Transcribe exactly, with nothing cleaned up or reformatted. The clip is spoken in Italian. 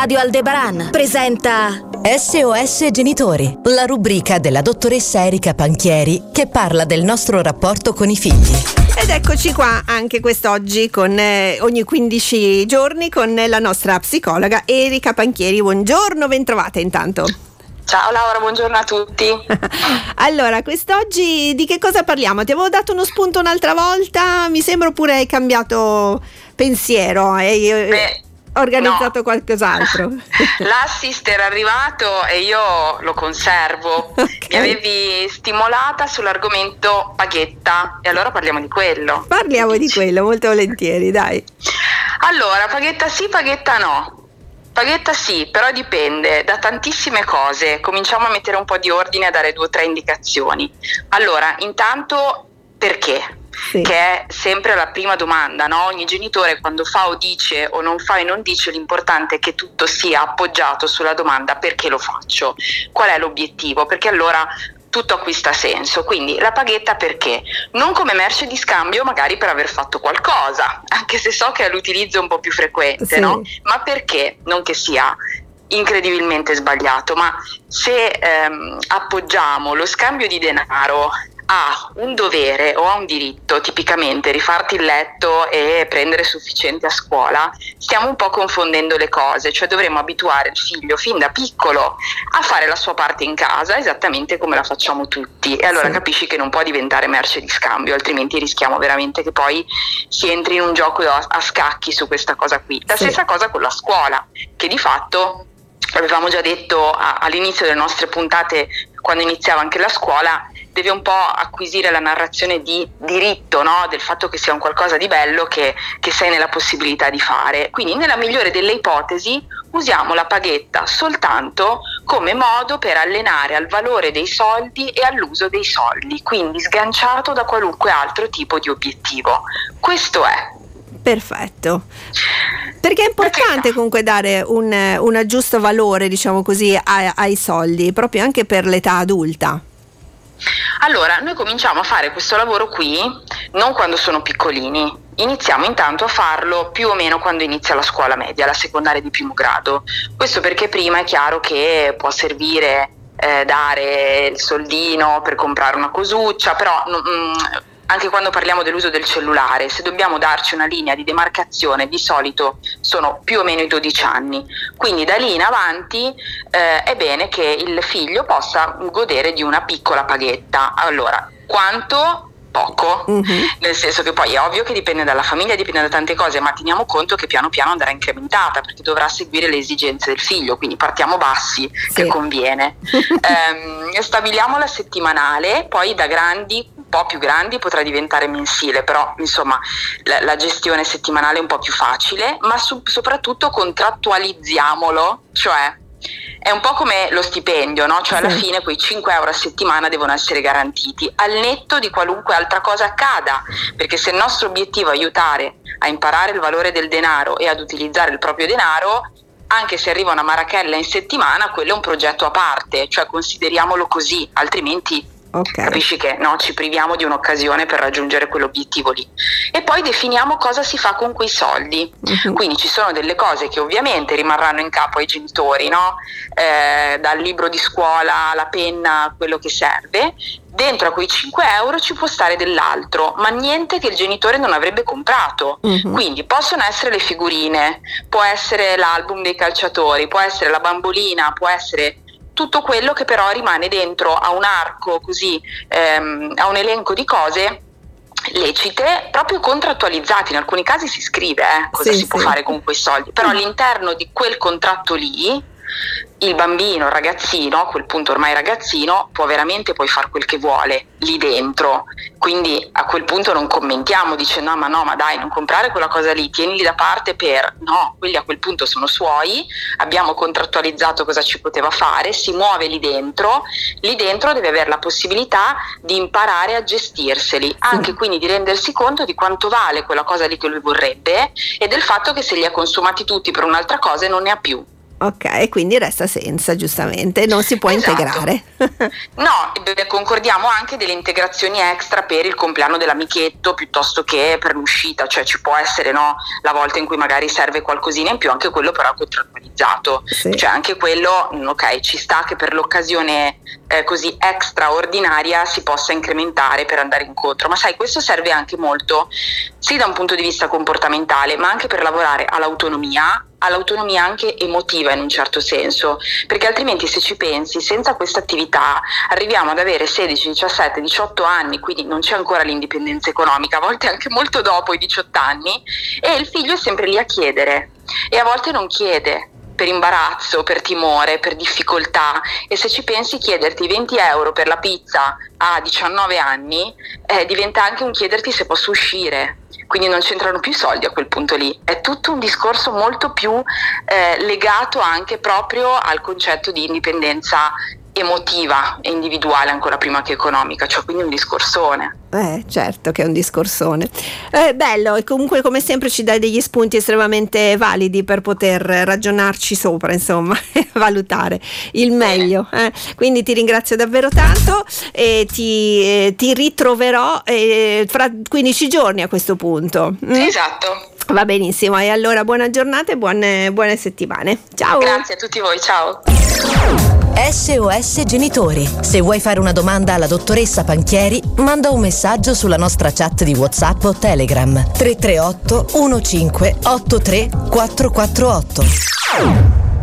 Radio Aldebaran presenta S O S Genitori, la rubrica della dottoressa Erika Panchieri che parla del nostro rapporto con i figli. Ed eccoci qua anche quest'oggi con eh, ogni quindici giorni con la nostra psicologa Erika Panchieri. Buongiorno, bentrovata intanto. Ciao Laura, buongiorno a tutti. Allora, quest'oggi di che cosa parliamo? Ti avevo dato uno spunto un'altra volta, mi sembra, oppure hai cambiato pensiero, hai Beh, organizzato no. qualcos'altro? L'assist era arrivato e io lo conservo. Okay. Mi avevi stimolata sull'argomento paghetta e allora parliamo di quello. Parliamo di quello, molto volentieri, dai. Allora, paghetta sì, paghetta no. Paghetta sì, però dipende da tantissime cose. Cominciamo a mettere un po' di ordine, a dare due o tre indicazioni. Allora, intanto perché? Sì. Che è sempre la prima domanda, no? Ogni genitore quando fa o dice o non fa e non dice, l'importante è che tutto sia appoggiato sulla domanda perché lo faccio, qual è l'obiettivo, perché allora tutto acquista senso. Quindi la paghetta perché? Non come merce di scambio magari per aver fatto qualcosa, anche se so che è l'utilizzo un po' più frequente, sì. no? Ma perché? Non che sia incredibilmente sbagliato, ma se ehm, appoggiamo lo scambio di denaro a un dovere o a un diritto, tipicamente rifarti il letto e prendere sufficiente a scuola, stiamo un po' confondendo le cose. Cioè dovremmo abituare il figlio fin da piccolo a fare la sua parte in casa esattamente come la facciamo tutti, e allora sì. capisci che non può diventare merce di scambio, altrimenti rischiamo veramente che poi si entri in un gioco a, a scacchi su questa cosa qui. La sì. stessa cosa con la scuola, che di fatto avevamo già detto a, all'inizio delle nostre puntate, quando iniziava anche la scuola, deve un po' acquisire la narrazione di diritto, no? Del fatto che sia un qualcosa di bello che, che sei nella possibilità di fare. Quindi nella migliore delle ipotesi usiamo la paghetta soltanto come modo per allenare al valore dei soldi e all'uso dei soldi, quindi sganciato da qualunque altro tipo di obiettivo. Questo è. Perfetto. Perché è importante Perché? comunque dare un, un giusto valore, diciamo così, ai, ai soldi, proprio anche per l'età adulta. Allora, noi cominciamo a fare questo lavoro qui non quando sono piccolini, iniziamo intanto a farlo più o meno quando inizia la scuola media, la secondaria di primo grado. Questo perché prima è chiaro che può servire eh, dare il soldino per comprare una cosuccia, però mm, anche quando parliamo dell'uso del cellulare, se dobbiamo darci una linea di demarcazione, di solito sono più o meno i dodici anni, quindi da lì in avanti eh, è bene che il figlio possa godere di una piccola paghetta. Allora, quanto? Poco, mm-hmm. nel senso che poi è ovvio che dipende dalla famiglia, dipende da tante cose, ma teniamo conto che piano piano andrà incrementata perché dovrà seguire le esigenze del figlio, quindi partiamo bassi, sì. che conviene. ehm, stabiliamo la settimanale, poi da grandi, un po' più grandi, potrà diventare mensile, però insomma la, la gestione settimanale è un po' più facile, ma su, soprattutto contrattualizziamolo, cioè è un po' come lo stipendio, no? Cioè alla sì. fine quei cinque euro a settimana devono essere garantiti al netto di qualunque altra cosa accada, perché se il nostro obiettivo è aiutare a imparare il valore del denaro e ad utilizzare il proprio denaro, anche se arriva una marachella in settimana, quello è un progetto a parte, cioè consideriamolo così, altrimenti okay. capisci che no, ci priviamo di un'occasione per raggiungere quell'obiettivo lì. E poi definiamo cosa si fa con quei soldi. Uh-huh. Quindi ci sono delle cose che ovviamente rimarranno in capo ai genitori, no? Eh, dal libro di scuola alla penna, quello che serve. Dentro a quei cinque euro ci può stare dell'altro, ma niente che il genitore non avrebbe comprato. Uh-huh. Quindi possono essere le figurine, può essere l'album dei calciatori, può essere la bambolina, può essere tutto quello che però rimane dentro a un arco così, ehm, a un elenco di cose lecite, proprio contrattualizzati. In alcuni casi si scrive eh, cosa sì, si sì. può fare con quei soldi, però all'interno di quel contratto lì il bambino, il ragazzino, a quel punto ormai ragazzino, può veramente poi fare quel che vuole lì dentro. Quindi a quel punto non commentiamo dicendo no ma no ma dai non comprare quella cosa lì, tienili da parte per no, quelli a quel punto sono suoi, abbiamo contrattualizzato cosa ci poteva fare, si muove lì dentro, lì dentro deve avere la possibilità di imparare a gestirseli, anche sì. quindi di rendersi conto di quanto vale quella cosa lì che lui vorrebbe e del fatto che se li ha consumati tutti per un'altra cosa non ne ha più. Ok, quindi resta senza, giustamente, non si può esatto. integrare. No, beh, concordiamo anche delle integrazioni extra per il compleanno dell'amichetto piuttosto che per l'uscita, cioè ci può essere, no, la volta in cui magari serve qualcosina in più, anche quello però contrattualizzato, sì. Cioè anche quello, ok, ci sta che per l'occasione eh, così straordinaria si possa incrementare per andare incontro, ma sai, questo serve anche molto, sì, da un punto di vista comportamentale, ma anche per lavorare all'autonomia, all'autonomia anche emotiva in un certo senso, perché altrimenti, se ci pensi, senza questa attività arriviamo ad avere sedici, diciassette, diciotto anni, quindi non c'è ancora l'indipendenza economica, a volte anche molto dopo i diciotto anni, e il figlio è sempre lì a chiedere e a volte non chiede per imbarazzo, per timore, per difficoltà, e se ci pensi, chiederti venti euro per la pizza a diciannove anni eh, diventa anche un chiederti se posso uscire. Quindi non c'entrano più i soldi a quel punto lì, è tutto un discorso molto più eh, legato anche proprio al concetto di indipendenza emotiva e individuale ancora prima che economica, cioè quindi un discorsone. Eh, certo che è un discorsone. Eh, bello, e comunque come sempre ci dai degli spunti estremamente validi per poter ragionarci sopra, insomma, e valutare il meglio. Eh. Quindi ti ringrazio davvero tanto e ti, eh, ti ritroverò eh, fra quindici giorni a questo punto. Mm? Esatto. Va benissimo, e allora buona giornata e buone, buone settimane. Ciao. Grazie a tutti voi, ciao. S O S Genitori. Se vuoi fare una domanda alla dottoressa Panchieri, manda un messaggio sulla nostra chat di WhatsApp o Telegram tre tre otto uno cinque otto tre quattro quattro otto.